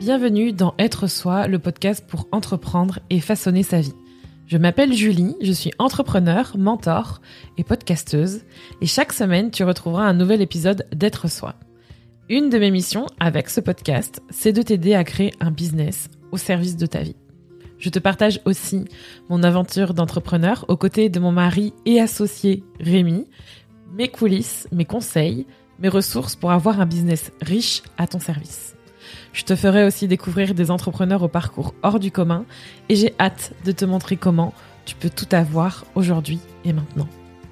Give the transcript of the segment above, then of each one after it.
Bienvenue dans Être Soi, le podcast pour entreprendre et façonner sa vie. Je m'appelle Julie, je suis entrepreneur, mentor et podcasteuse et chaque semaine tu retrouveras un nouvel épisode d'Être Soi. Une de mes missions avec ce podcast, c'est de t'aider à créer un business au service de ta vie. Je te partage aussi mon aventure d'entrepreneur aux côtés de mon mari et associé Rémi, mes coulisses, mes conseils, mes ressources pour avoir un business riche à ton service. Je te ferai aussi découvrir des entrepreneurs au parcours hors du commun et j'ai hâte de te montrer comment tu peux tout avoir aujourd'hui et maintenant.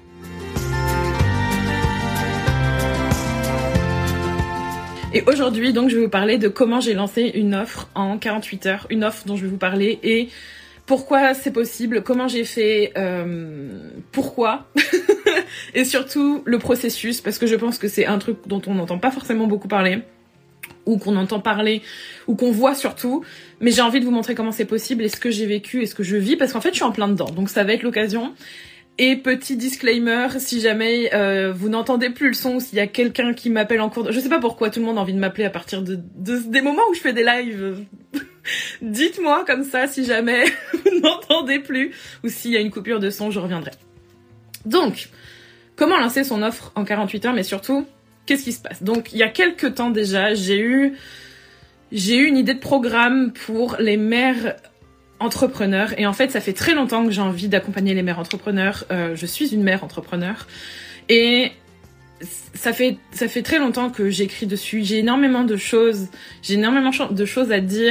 Et aujourd'hui, donc, je vais vous parler de comment j'ai lancé une offre en 48 heures, une offre dont je vais vous parler et pourquoi c'est possible, comment j'ai fait, pourquoi, et surtout le processus, parce que je pense que c'est un truc dont on n'entend pas forcément beaucoup parler, ou qu'on entend parler, ou qu'on voit surtout, mais j'ai envie de vous montrer comment c'est possible et ce que j'ai vécu et ce que je vis, parce qu'en fait, je suis en plein dedans, donc ça va être l'occasion. Et petit disclaimer, si jamais vous n'entendez plus le son ou s'il y a quelqu'un qui m'appelle en cours de... Je sais pas pourquoi tout le monde a envie de m'appeler à partir des moments où je fais des lives. Dites-moi comme ça si jamais vous n'entendez plus ou s'il y a une coupure de son, je reviendrai. Donc, comment lancer son offre en 48 heures, mais surtout, qu'est-ce qui se passe? Donc, il y a quelques temps déjà, j'ai eu une idée de programme pour les mères entrepreneurs. Et en fait, ça fait très longtemps que j'ai envie d'accompagner les mères entrepreneurs. Je suis une mère entrepreneur. Et ça fait très longtemps que j'écris dessus. J'ai énormément de choses à dire.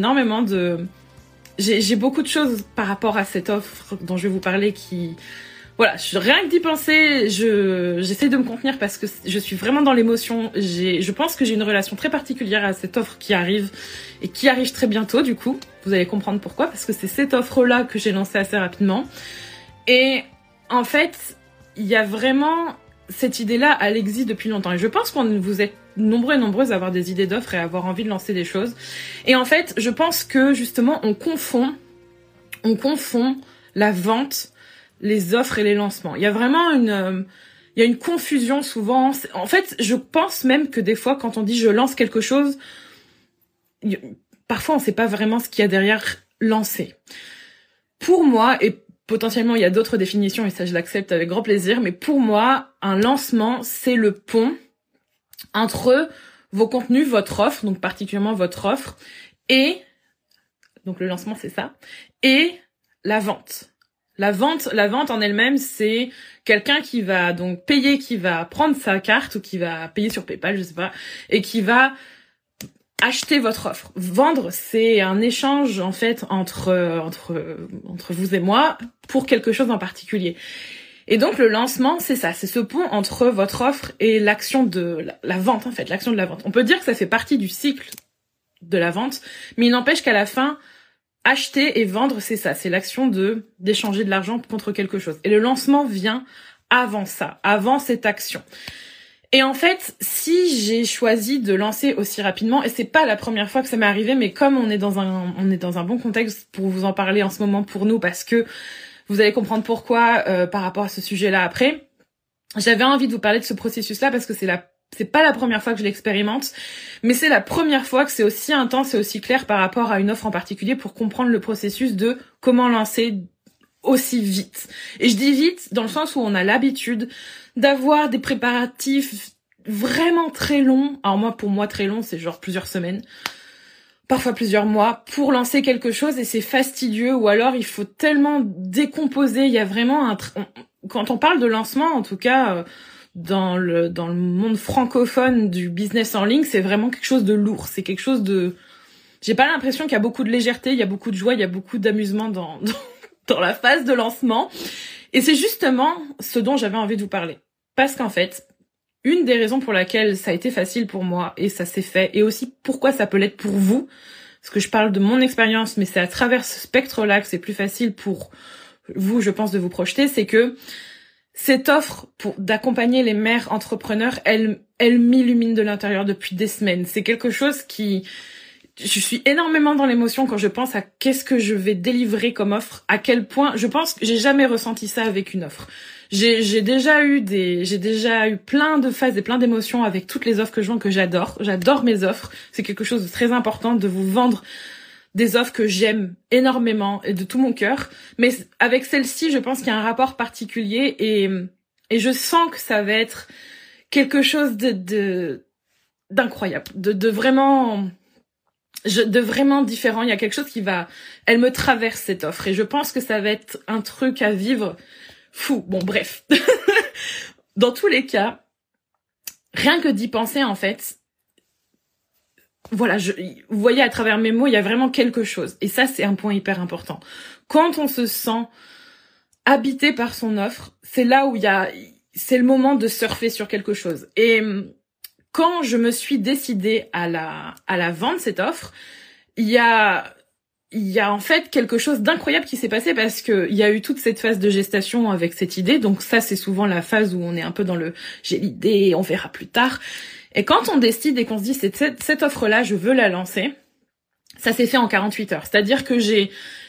J'ai beaucoup de choses par rapport à cette offre dont je vais vous parler qui... Voilà, rien que d'y penser, j'essaie de me contenir parce que je suis vraiment dans l'émotion. Je pense que j'ai une relation très particulière à cette offre qui arrive et qui arrive très bientôt du coup. Vous allez comprendre pourquoi, parce que c'est cette offre-là que j'ai lancée assez rapidement. Et en fait, il y a vraiment cette idée-là, elle existe depuis longtemps. Et je pense qu'on vous êtes nombreux et nombreuses à avoir des idées d'offres et à avoir envie de lancer des choses. Et en fait, je pense que justement, on confond la vente, les offres et les lancements. Il y a vraiment une confusion souvent. En fait, je pense même que des fois, quand on dit je lance quelque chose, parfois on sait pas vraiment ce qu'il y a derrière lancer. Pour moi, et potentiellement il y a d'autres définitions et ça je l'accepte avec grand plaisir, mais pour moi, un lancement, c'est le pont entre vos contenus, votre offre, donc particulièrement votre offre, et, donc le lancement c'est ça, et la vente. La vente en elle-même, c'est quelqu'un qui va donc payer, qui va prendre sa carte ou qui va payer sur PayPal, je sais pas, et qui va acheter votre offre. Vendre, c'est un échange en fait entre vous et moi pour quelque chose en particulier. Et donc le lancement, c'est ça, c'est ce pont entre votre offre et l'action de la vente en fait, l'action de la vente. On peut dire que ça fait partie du cycle de la vente, mais il n'empêche qu'à la fin, acheter et vendre, c'est ça, c'est l'action d'échanger de l'argent contre quelque chose. Et le lancement vient avant ça, avant cette action. Et en fait, si j'ai choisi de lancer aussi rapidement, et c'est pas la première fois que ça m'est arrivé, mais comme on est dans un bon contexte pour vous en parler en ce moment pour nous, parce que vous allez comprendre pourquoi par rapport à ce sujet-là après, j'avais envie de vous parler de ce processus-là parce que c'est pas la première fois que je l'expérimente, mais c'est la première fois que c'est aussi intense et aussi clair par rapport à une offre en particulier pour comprendre le processus de comment lancer aussi vite. Et je dis vite dans le sens où on a l'habitude d'avoir des préparatifs vraiment très longs. Alors pour moi, très long, c'est genre plusieurs semaines, parfois plusieurs mois, pour lancer quelque chose et c'est fastidieux ou alors il faut tellement décomposer. Il y a vraiment quand on parle de lancement, en tout cas... dans le monde francophone du business en ligne, c'est vraiment quelque chose de lourd. C'est quelque chose de... J'ai pas l'impression qu'il y a beaucoup de légèreté, il y a beaucoup de joie, il y a beaucoup d'amusement dans la phase de lancement. Et c'est justement ce dont j'avais envie de vous parler. Parce qu'en fait, une des raisons pour laquelle ça a été facile pour moi et ça s'est fait, et aussi pourquoi ça peut l'être pour vous, parce que je parle de mon expérience, mais c'est à travers ce spectre-là que c'est plus facile pour vous, je pense, de vous projeter, c'est que cette offre d'accompagner les mères entrepreneurs, elle m'illumine de l'intérieur depuis des semaines. C'est quelque chose qui... je suis énormément dans l'émotion quand je pense à qu'est-ce que je vais délivrer comme offre, à quel point, je pense que j'ai jamais ressenti ça avec une offre. J'ai déjà eu plein de phases et plein d'émotions avec toutes les offres que je vends, que j'adore. J'adore mes offres. C'est quelque chose de très important de vous vendre des offres que j'aime énormément et de tout mon cœur. Mais avec celle-ci, je pense qu'il y a un rapport particulier et je sens que ça va être quelque chose d'incroyable, de vraiment différent. Il y a quelque chose elle me traverse cette offre et je pense que ça va être un truc à vivre fou. Bon, bref. Dans tous les cas, rien que d'y penser, en fait, voilà, vous voyez à travers mes mots, il y a vraiment quelque chose. Et ça, c'est un point hyper important. Quand on se sent habité par son offre, c'est là où c'est le moment de surfer sur quelque chose. Et quand je me suis décidée à la vendre, cette offre, il y a en fait quelque chose d'incroyable qui s'est passé parce que il y a eu toute cette phase de gestation avec cette idée. Donc ça, c'est souvent la phase où on est un peu dans j'ai l'idée, on verra plus tard. Et quand on décide et qu'on se dit cette offre-là, je veux la lancer, ça s'est fait en 48 heures. C'est-à-dire que j'ai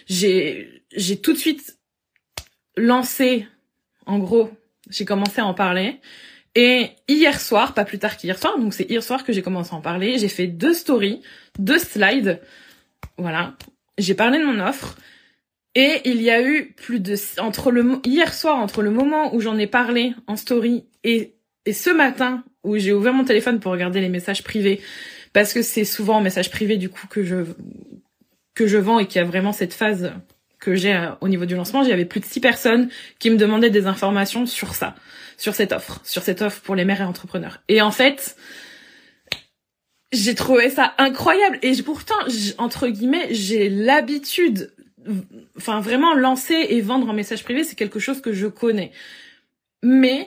tout de suite lancé, en gros, j'ai commencé à en parler. Et hier soir, pas plus tard qu'hier soir, donc c'est hier soir que j'ai commencé à en parler, j'ai fait 2 stories, 2 slides, voilà. J'ai parlé de mon offre et il y a eu hier soir, entre le moment où j'en ai parlé en story et ce matin où j'ai ouvert mon téléphone pour regarder les messages privés, parce que c'est souvent en message privé du coup que je vends et qu'il y a vraiment cette phase que j'ai au niveau du lancement. J'avais plus de 6 personnes qui me demandaient des informations sur ça, sur cette offre pour les mères et entrepreneurs. Et en fait, j'ai trouvé ça incroyable. Et pourtant, entre guillemets, j'ai l'habitude, enfin vraiment lancer et vendre en message privé, c'est quelque chose que je connais. Mais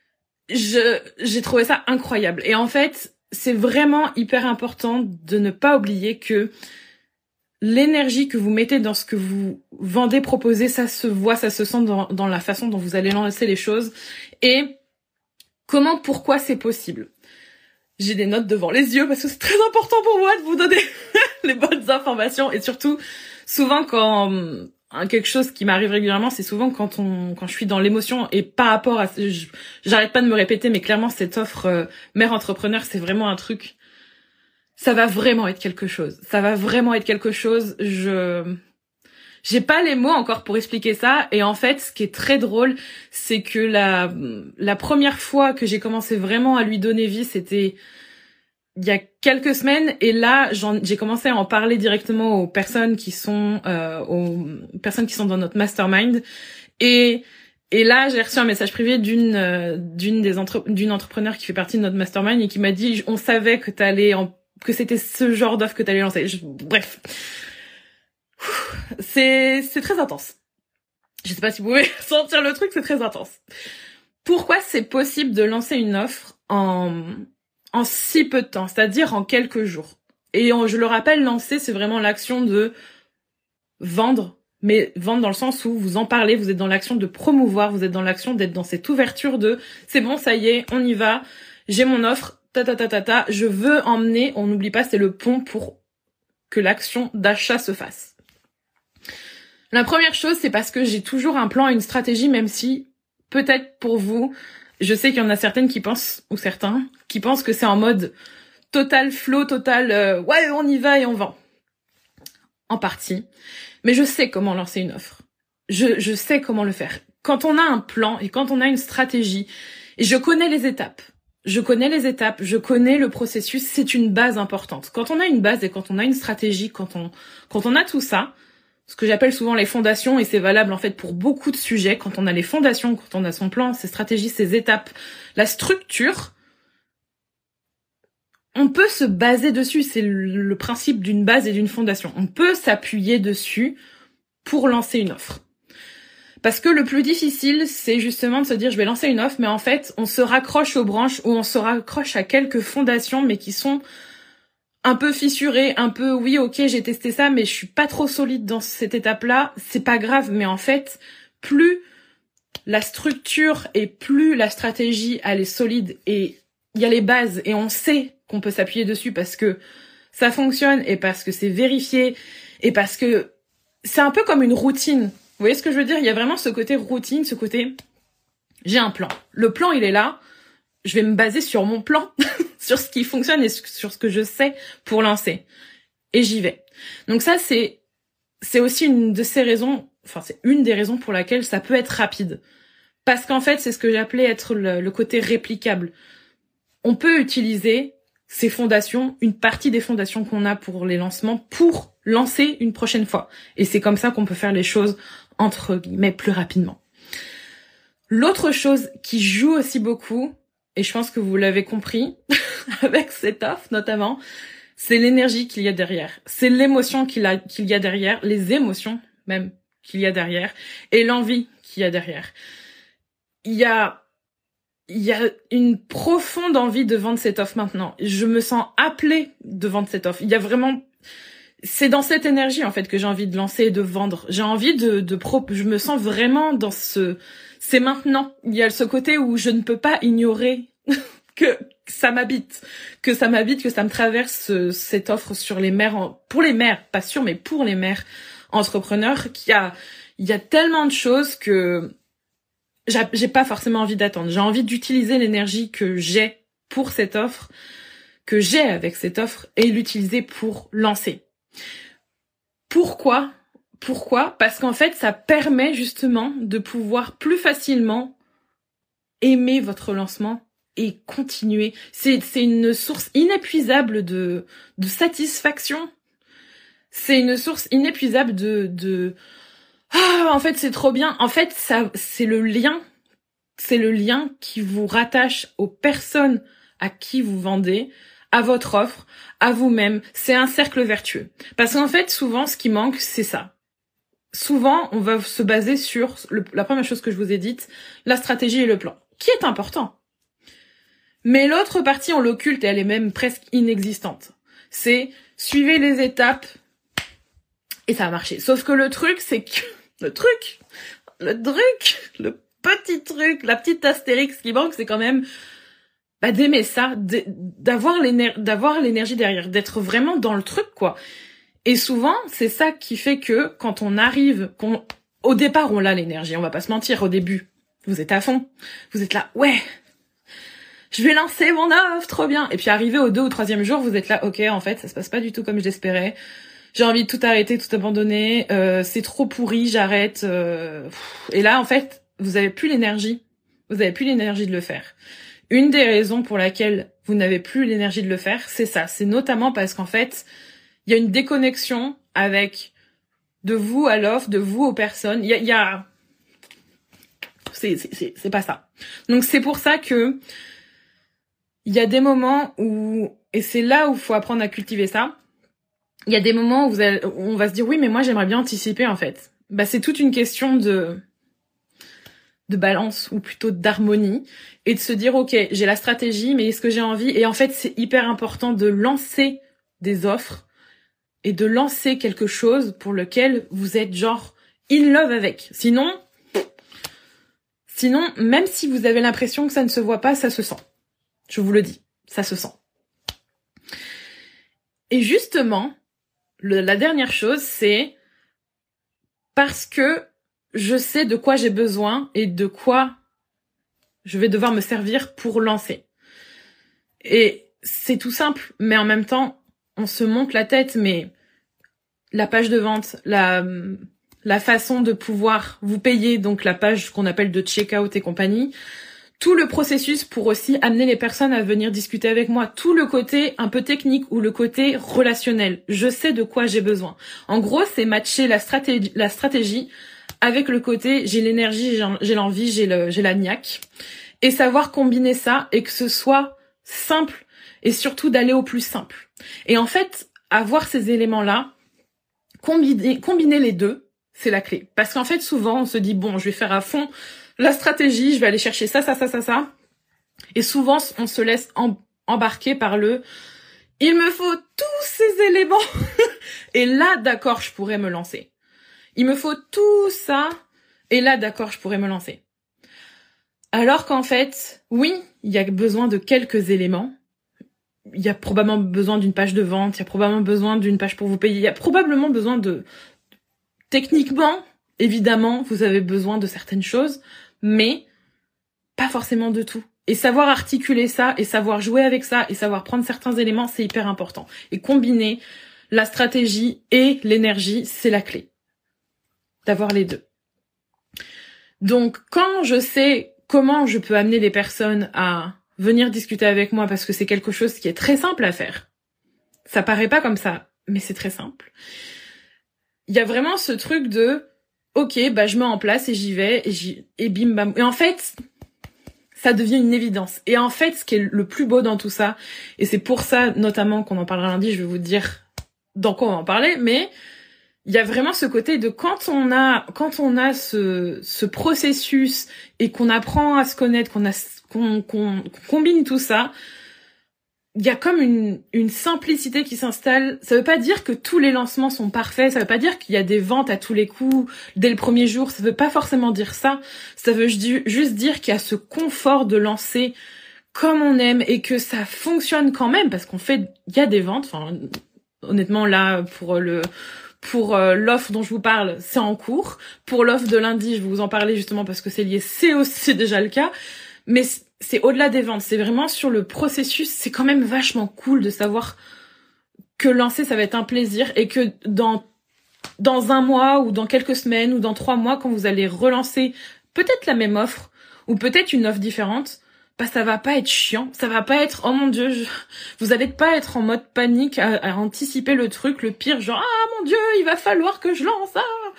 j'ai trouvé ça incroyable. Et en fait, c'est vraiment hyper important de ne pas oublier que l'énergie que vous mettez dans ce que vous vendez, proposez, ça se voit, ça se sent dans la façon dont vous allez lancer les choses. Et pourquoi c'est possible. J'ai des notes devant les yeux parce que c'est très important pour moi de vous donner les bonnes informations. Et surtout, souvent quand quelque chose qui m'arrive régulièrement, c'est souvent quand je suis dans l'émotion et par rapport à, j'arrête pas de me répéter, mais clairement cette offre mère entrepreneur, c'est vraiment un truc. Ça va vraiment être quelque chose. Ça va vraiment être quelque chose. J'ai pas les mots encore pour expliquer ça. Et en fait, ce qui est très drôle, c'est que la première fois que j'ai commencé vraiment à lui donner vie, c'était il y a quelques semaines. Et là, j'ai commencé à en parler directement aux personnes qui sont dans notre mastermind. Et là, j'ai reçu un message privé d'une entrepreneur qui fait partie de notre mastermind et qui m'a dit, on savait que c'était ce genre d'offre que t'allais lancer. Bref. C'est très intense. Je sais pas si vous pouvez sentir le truc, c'est très intense. Pourquoi c'est possible de lancer une offre en si peu de temps, c'est-à-dire en quelques jours? Et je le rappelle, lancer, c'est vraiment l'action de vendre, mais vendre dans le sens où vous en parlez, vous êtes dans l'action de promouvoir, vous êtes dans l'action d'être dans cette ouverture de c'est bon, ça y est, on y va, j'ai mon offre, je veux emmener, on n'oublie pas, c'est le pont pour que l'action d'achat se fasse. La première chose, c'est parce que j'ai toujours un plan et une stratégie, même si, peut-être pour vous, je sais qu'il y en a certaines qui pensent, ou certains, qui pensent que c'est en mode total flow, ouais, on y va et on vend. En partie. Mais je sais comment lancer une offre. Je sais comment le faire. Quand on a un plan et quand on a une stratégie, et je connais les étapes, je connais le processus, c'est une base importante. Quand on a une base et quand on a une stratégie, quand on a tout ça, ce que j'appelle souvent les fondations, et c'est valable en fait pour beaucoup de sujets, quand on a les fondations, quand on a son plan, ses stratégies, ses étapes, la structure, on peut se baser dessus, c'est le principe d'une base et d'une fondation. On peut s'appuyer dessus pour lancer une offre. Parce que le plus difficile, c'est justement de se dire je vais lancer une offre, mais en fait, on se raccroche aux branches ou on se raccroche à quelques fondations, mais qui sont un peu fissurées, un peu oui, ok, j'ai testé ça, mais je suis pas trop solide dans cette étape-là, c'est pas grave, mais en fait, plus la structure et plus la stratégie, elle est solide et il y a les bases et on sait qu'on peut s'appuyer dessus parce que ça fonctionne et parce que c'est vérifié et parce que c'est un peu comme une routine. Vous voyez ce que je veux dire? Il y a vraiment ce côté routine, ce côté j'ai un plan. Le plan, il est là. Je vais me baser sur mon plan, sur ce qui fonctionne et sur ce que je sais pour lancer. Et j'y vais. Donc ça, c'est aussi une de ces raisons, enfin, c'est une des raisons pour laquelle ça peut être rapide. Parce qu'en fait, c'est ce que j'appelais être le côté réplicable. On peut utiliser ces fondations, une partie des fondations qu'on a pour les lancements, pour lancer une prochaine fois. Et c'est comme ça qu'on peut faire les choses, entre guillemets, plus rapidement. L'autre chose qui joue aussi beaucoup, et je pense que vous l'avez compris, avec cette offre notamment, c'est l'énergie qu'il y a derrière. C'est l'émotion qu'il y a derrière, les émotions même qu'il y a derrière, et l'envie qu'il y a derrière. Il y a une profonde envie de vendre cette offre maintenant. Je me sens appelée de vendre cette offre. Il y a vraiment, c'est dans cette énergie en fait que j'ai envie de lancer et de vendre. J'ai envie je me sens vraiment dans c'est maintenant. Il y a ce côté où je ne peux pas ignorer que ça m'habite, que ça me traverse cette offre sur les mères, pour les mères, pas sûr, mais pour les mères entrepreneurs, il y a tellement de choses que j'ai pas forcément envie d'attendre. J'ai envie d'utiliser l'énergie que j'ai pour cette offre, que j'ai avec cette offre, et l'utiliser pour lancer. Pourquoi? Parce qu'en fait, ça permet justement de pouvoir plus facilement aimer votre lancement et continuer. C'est une source inépuisable de satisfaction. C'est une source inépuisable en fait, c'est trop bien. En fait, ça, c'est le lien qui vous rattache aux personnes à qui vous vendez, à votre offre, à vous-même. C'est un cercle vertueux. Parce qu'en fait, souvent, ce qui manque, c'est ça. Souvent, on va se baser sur la première chose que je vous ai dite, la stratégie et le plan, qui est important. Mais l'autre partie, on l'occulte et elle est même presque inexistante. C'est suivez les étapes et ça a marché. Sauf que le truc, c'est que le petit truc, la petite astérix qui manque, c'est quand même d'aimer ça, d'avoir l'énergie derrière, d'être vraiment dans le truc, quoi. Et souvent, c'est ça qui fait que quand on arrive, au départ, on a l'énergie, on va pas se mentir, au début, vous êtes à fond, vous êtes là, ouais, je vais lancer mon offre, trop bien. Et puis arrivé au 2 ou 3e jour, vous êtes là, ok, en fait, ça se passe pas du tout comme je l'espérais. J'ai envie de tout arrêter, tout abandonner, c'est trop pourri, j'arrête. Et là, en fait, vous avez plus l'énergie de le faire. Une des raisons pour laquelle vous n'avez plus l'énergie de le faire, c'est ça. C'est notamment parce qu'en fait, il y a une déconnexion avec de vous à l'offre, de vous aux personnes. C'est pas ça. Donc c'est pour ça que il y a des moments où, et c'est là où il faut apprendre à cultiver ça. Il y a des moments où on va se dire oui, mais moi j'aimerais bien anticiper en fait. C'est toute une question de balance ou plutôt d'harmonie et de se dire ok, j'ai la stratégie, mais est-ce que j'ai envie? Et en fait, c'est hyper important de lancer des offres et de lancer quelque chose pour lequel vous êtes genre in love avec. Sinon, même si vous avez l'impression que ça ne se voit pas, ça se sent. Je vous le dis, ça se sent. Et justement, la dernière chose, c'est parce que je sais de quoi j'ai besoin et de quoi je vais devoir me servir pour lancer. Et c'est tout simple, mais en même temps, on se monte la tête, mais la page de vente, la façon de pouvoir vous payer, donc la page qu'on appelle de checkout et compagnie, tout le processus pour aussi amener les personnes à venir discuter avec moi, tout le côté un peu technique ou le côté relationnel. Je sais de quoi j'ai besoin. En gros, c'est matcher la stratégie avec le côté j'ai l'énergie, j'ai l'envie, j'ai la niaque, et savoir combiner ça et que ce soit simple et surtout d'aller au plus simple. Et en fait, avoir ces éléments-là, combiner les deux, c'est la clé. Parce qu'en fait, souvent, on se dit bon, je vais faire à fond la stratégie, je vais aller chercher ça. Et souvent, on se laisse embarquer par il me faut tous ces éléments. Et là, d'accord, je pourrais me lancer. Il me faut tout ça. Et là, d'accord, je pourrais me lancer. Alors qu'en fait, oui, il y a besoin de quelques éléments. il y a probablement besoin d'une page de vente, il y a probablement besoin d'une page pour vous payer, il y a probablement besoin techniquement, évidemment, vous avez besoin de certaines choses, mais pas forcément de tout. Et savoir articuler ça, et savoir jouer avec ça, et savoir prendre certains éléments, c'est hyper important. Et combiner la stratégie et l'énergie, c'est la clé. D'avoir les deux. Donc, quand je sais comment je peux amener les personnes à venir discuter avec moi, parce que c'est quelque chose qui est très simple à faire. Ça paraît pas comme ça, mais c'est très simple. Il y a vraiment ce truc de, ok, bah je mets en place et j'y vais, et bim bam. Et en fait, ça devient une évidence. Et en fait, ce qui est le plus beau dans tout ça, et c'est pour ça notamment qu'on en parlera lundi, je vais vous dire dans quoi on va en parler, mais il y a vraiment ce côté de quand on a ce processus et qu'on apprend à se connaître, qu'on combine tout ça, il y a comme une simplicité qui s'installe. Ça veut pas dire que tous les lancements sont parfaits, ça veut pas dire qu'il y a des ventes à tous les coups dès le premier jour, ça veut pas forcément dire ça. Ça veut juste dire qu'il y a ce confort de lancer comme on aime et que ça fonctionne quand même parce il y a des ventes. Enfin, honnêtement là pour l'offre dont je vous parle, c'est en cours. Pour l'offre de lundi, je vais vous en parler justement parce que c'est lié, c'est aussi déjà le cas. Mais c'est au-delà des ventes, c'est vraiment sur le processus. C'est quand même vachement cool de savoir que lancer, ça va être un plaisir et que dans un mois ou dans quelques semaines ou dans 3 mois, quand vous allez relancer peut-être la même offre ou peut-être une offre différente, bah ça va pas être chiant, ça va pas être oh mon dieu, vous allez pas être en mode panique à anticiper le truc, le pire, genre ah mon dieu, il va falloir que je lance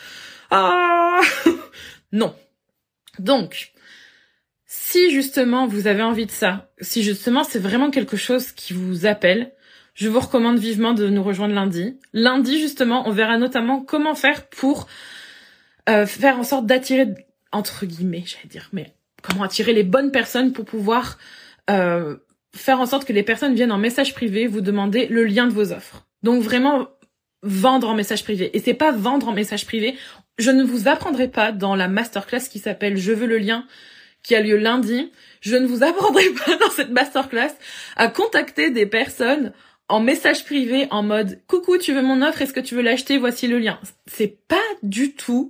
ah non. Donc si justement vous avez envie de ça, si justement c'est vraiment quelque chose qui vous appelle, je vous recommande vivement de nous rejoindre lundi. Lundi justement, on verra notamment comment faire pour faire en sorte d'attirer, entre guillemets, j'allais dire, mais comment attirer les bonnes personnes pour pouvoir faire en sorte que les personnes viennent en message privé vous demander le lien de vos offres. Donc vraiment vendre en message privé. Et c'est pas vendre en message privé. Je ne vous apprendrai pas dans la masterclass qui s'appelle Je veux le lien, qui a lieu lundi. Je ne vous apprendrai pas dans cette masterclass à contacter des personnes en message privé en mode « Coucou, tu veux mon offre? Est-ce que tu veux l'acheter? Voici le lien. » C'est pas du tout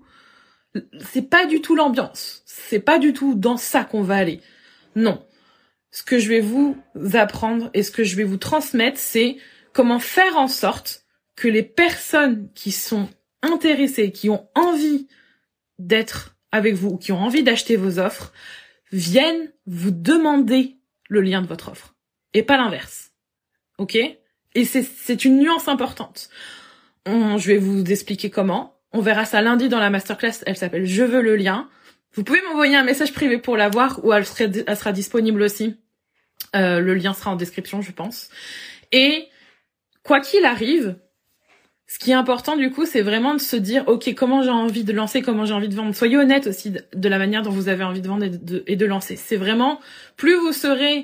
l'ambiance. C'est pas du tout dans ça qu'on va aller. Non. Ce que je vais vous apprendre et ce que je vais vous transmettre, c'est comment faire en sorte que les personnes qui sont intéressées, qui ont envie d'être avec vous ou qui ont envie d'acheter vos offres, viennent vous demander le lien de votre offre. Et pas l'inverse. Ok? Et c'est une nuance importante. Je vais vous expliquer comment. On verra ça lundi dans la masterclass. Elle s'appelle Je veux le lien. Vous pouvez m'envoyer un message privé pour la voir ou elle sera disponible aussi. Le lien sera en description, je pense. Et quoi qu'il arrive, ce qui est important du coup, c'est vraiment de se dire ok, comment j'ai envie de lancer, comment j'ai envie de vendre. Soyez honnête aussi de la manière dont vous avez envie de vendre et de lancer. C'est vraiment plus vous serez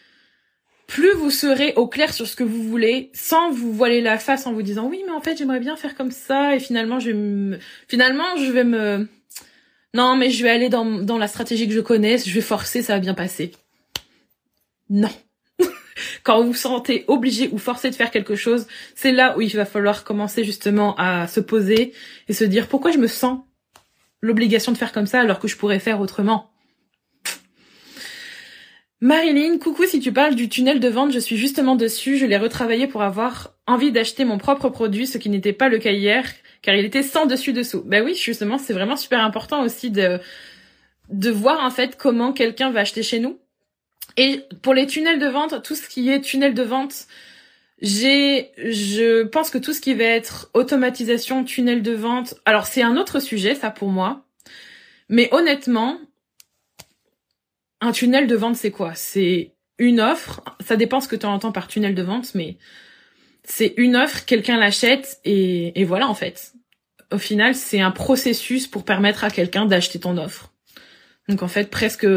au clair sur ce que vous voulez, sans vous voiler la face en vous disant oui, mais en fait j'aimerais bien faire comme ça et finalement je vais aller dans la stratégie que je connais, je vais forcer, ça va bien passer. Non. Quand vous vous sentez obligé ou forcé de faire quelque chose, c'est là où il va falloir commencer justement à se poser et se dire pourquoi je me sens l'obligation de faire comme ça alors que je pourrais faire autrement. Marilyn, coucou, si tu parles du tunnel de vente, je suis justement dessus, je l'ai retravaillé pour avoir envie d'acheter mon propre produit, ce qui n'était pas le cas hier, car il était sans dessus-dessous. Ben oui, justement, c'est vraiment super important aussi de voir en fait comment quelqu'un va acheter chez nous. Et pour les tunnels de vente, tout ce qui est tunnel de vente, je pense que tout ce qui va être automatisation, tunnel de vente, alors c'est un autre sujet, ça pour moi. Mais honnêtement, un tunnel de vente, c'est quoi? C'est une offre, ça dépend ce que tu entends par tunnel de vente, mais c'est une offre, quelqu'un l'achète et voilà en fait. Au final, c'est un processus pour permettre à quelqu'un d'acheter ton offre. Donc en fait, presque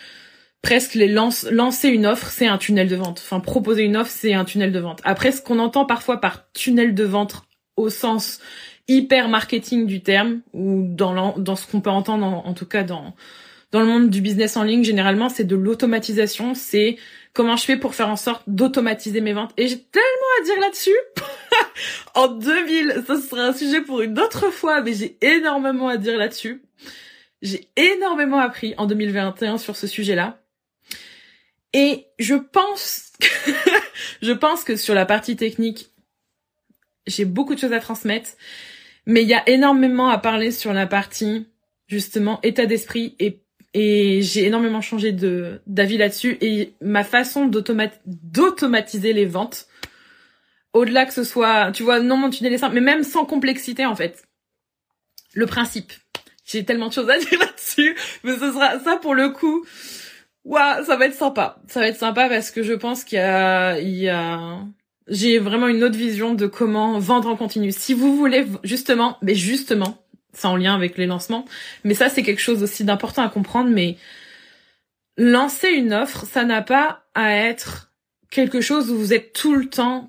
lancer une offre, c'est un tunnel de vente. Enfin, proposer une offre, c'est un tunnel de vente. Après, ce qu'on entend parfois par tunnel de vente au sens hyper marketing du terme, ou dans ce qu'on peut entendre en tout cas dans dans le monde du business en ligne, généralement, c'est de l'automatisation. C'est comment je fais pour faire en sorte d'automatiser mes ventes. Et j'ai tellement à dire là-dessus. En 2000, ça sera un sujet pour une autre fois, mais j'ai énormément à dire là-dessus. J'ai énormément appris en 2021 sur ce sujet-là. Et je pense que sur la partie technique, j'ai beaucoup de choses à transmettre, mais il y a énormément à parler sur la partie, justement, état d'esprit, et j'ai énormément changé d'avis là-dessus, et ma façon d'automatiser les ventes, au-delà que ce soit, tu vois, non, mon tunnel est simple, mais même sans complexité, en fait. Le principe. J'ai tellement de choses à dire là-dessus, mais ce sera ça pour le coup. Ouah, ça va être sympa. Ça va être sympa parce que je pense qu'il y a, j'ai vraiment une autre vision de comment vendre en continu. Si vous voulez justement, c'est en lien avec les lancements, mais ça c'est quelque chose aussi d'important à comprendre, mais lancer une offre, ça n'a pas à être quelque chose où vous êtes tout le temps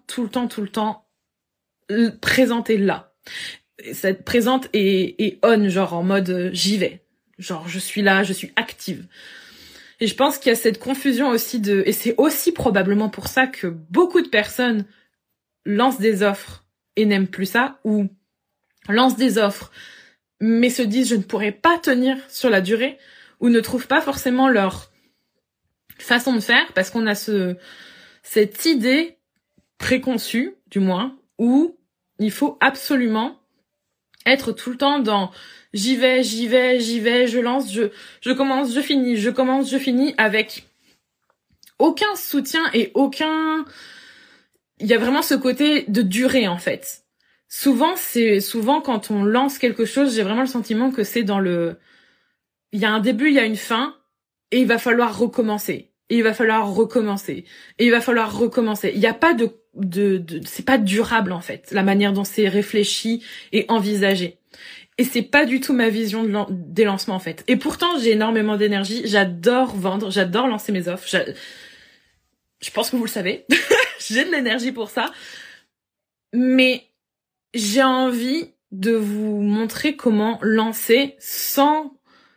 présenté là. Cette présente et on, genre en mode j'y vais. Genre je suis là, je suis active. Et je pense qu'il y a cette confusion aussi et c'est aussi probablement pour ça que beaucoup de personnes lancent des offres et n'aiment plus ça, ou lancent des offres mais se disent je ne pourrai pas tenir sur la durée, ou ne trouvent pas forcément leur façon de faire parce qu'on a cette idée préconçue, du moins, où il faut absolument être tout le temps dans j'y vais, je lance, je commence, je finis, avec aucun soutien et il y a vraiment ce côté de durée, en fait. Souvent quand on lance quelque chose, j'ai vraiment le sentiment que c'est il y a un début, il y a une fin, et il va falloir recommencer. Et il va falloir recommencer. Et il va falloir recommencer. Il n'y a pas c'est pas durable, en fait, la manière dont c'est réfléchi et envisagé. Et c'est pas du tout ma vision des lancements, en fait. Et pourtant, j'ai énormément d'énergie. J'adore vendre. J'adore lancer mes offres. Je pense que vous le savez. J'ai de l'énergie pour ça. Mais j'ai envie de vous montrer comment lancer sans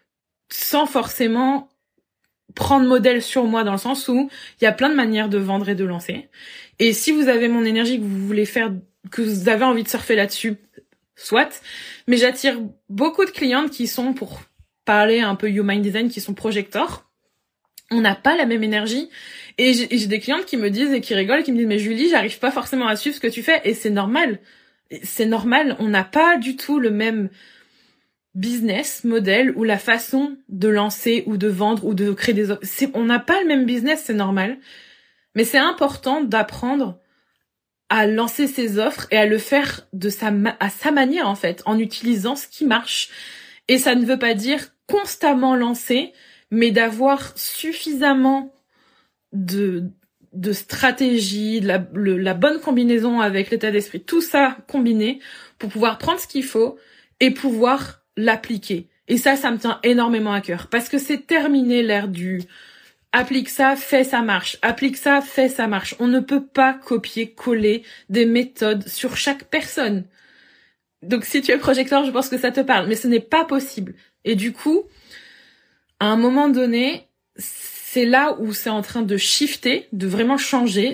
forcément prendre modèle sur moi, dans le sens où il y a plein de manières de vendre et de lancer. Et si vous avez mon énergie, que vous voulez faire, que vous avez envie de surfer là-dessus, soit. Mais j'attire beaucoup de clientes qui sont, pour parler un peu Human Design, qui sont projecteurs. On n'a pas la même énergie. Et j'ai des clientes qui me disent et qui rigolent, qui me disent mais Julie, j'arrive pas forcément à suivre ce que tu fais. Et c'est normal. C'est normal. On n'a pas du tout le même business model ou la façon de lancer ou de vendre ou de créer des offres. On n'a pas le même business, c'est normal. Mais c'est important d'apprendre à lancer ses offres et à le faire à sa manière, en fait, en utilisant ce qui marche. Et ça ne veut pas dire constamment lancer, mais d'avoir suffisamment de stratégie, la bonne combinaison avec l'état d'esprit, tout ça combiné pour pouvoir prendre ce qu'il faut et pouvoir l'appliquer. Et ça me tient énormément à cœur parce que c'est terminé l'ère du applique ça, fais ça marche. Applique ça, fais ça marche. On ne peut pas copier-coller des méthodes sur chaque personne. Donc si tu es projecteur, je pense que ça te parle, mais ce n'est pas possible. Et du coup, à un moment donné, c'est là où c'est en train de shifter, de vraiment changer.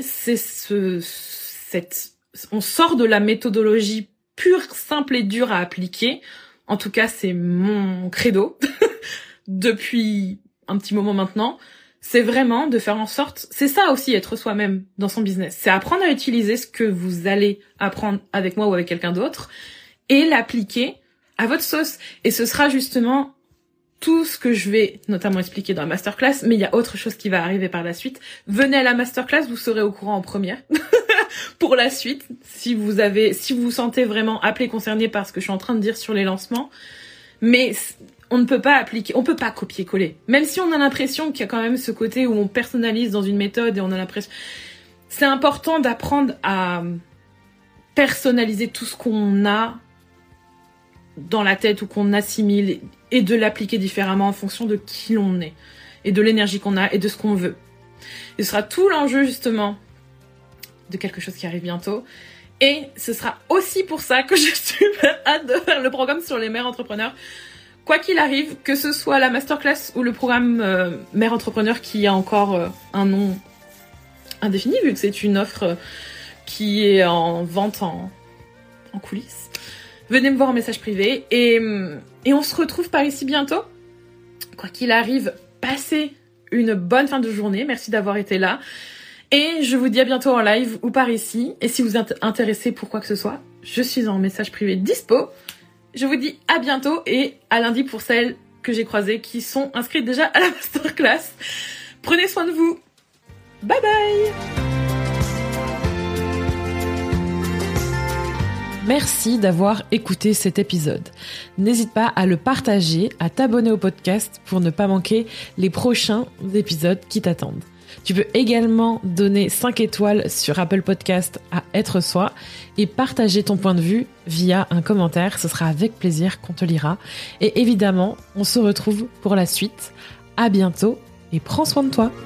On sort de la méthodologie pure, simple et dure à appliquer. En tout cas, c'est mon credo depuis un petit moment maintenant. C'est vraiment de faire en sorte, c'est ça aussi être soi-même dans son business. C'est apprendre à utiliser ce que vous allez apprendre avec moi ou avec quelqu'un d'autre et l'appliquer à votre sauce. Et ce sera justement tout ce que je vais notamment expliquer dans la masterclass, mais il y a autre chose qui va arriver par la suite. Venez à la masterclass, vous serez au courant en première. Pour la suite, si vous vous sentez vraiment appelé, concerné par ce que je suis en train de dire sur les lancements. Mais on ne peut pas on peut pas copier-coller. Même si on a l'impression qu'il y a quand même ce côté où on personnalise dans une méthode et on a l'impression... C'est important d'apprendre à personnaliser tout ce qu'on a dans la tête ou qu'on assimile et de l'appliquer différemment en fonction de qui l'on est et de l'énergie qu'on a et de ce qu'on veut. Et ce sera tout l'enjeu justement de quelque chose qui arrive bientôt. Et ce sera aussi pour ça que j'ai super hâte de faire le programme sur les mères entrepreneurs. Quoi qu'il arrive, que ce soit la masterclass ou le programme Mère Entrepreneur qui a encore un nom indéfini vu que c'est une offre qui est en vente en coulisses, venez me voir en message privé et on se retrouve par ici bientôt. Quoi qu'il arrive, passez une bonne fin de journée. Merci d'avoir été là. Et je vous dis à bientôt en live ou par ici. Et si vous êtes intéressé pour quoi que ce soit, je suis en message privé dispo. Je vous dis à bientôt et à lundi pour celles que j'ai croisées qui sont inscrites déjà à la masterclass. Prenez soin de vous. Bye bye! Merci d'avoir écouté cet épisode. N'hésite pas à le partager, à t'abonner au podcast pour ne pas manquer les prochains épisodes qui t'attendent. Tu peux également donner 5 étoiles sur Apple Podcast à Être Soi et partager ton point de vue via un commentaire. Ce sera avec plaisir qu'on te lira. Et évidemment, on se retrouve pour la suite. À bientôt et prends soin de toi.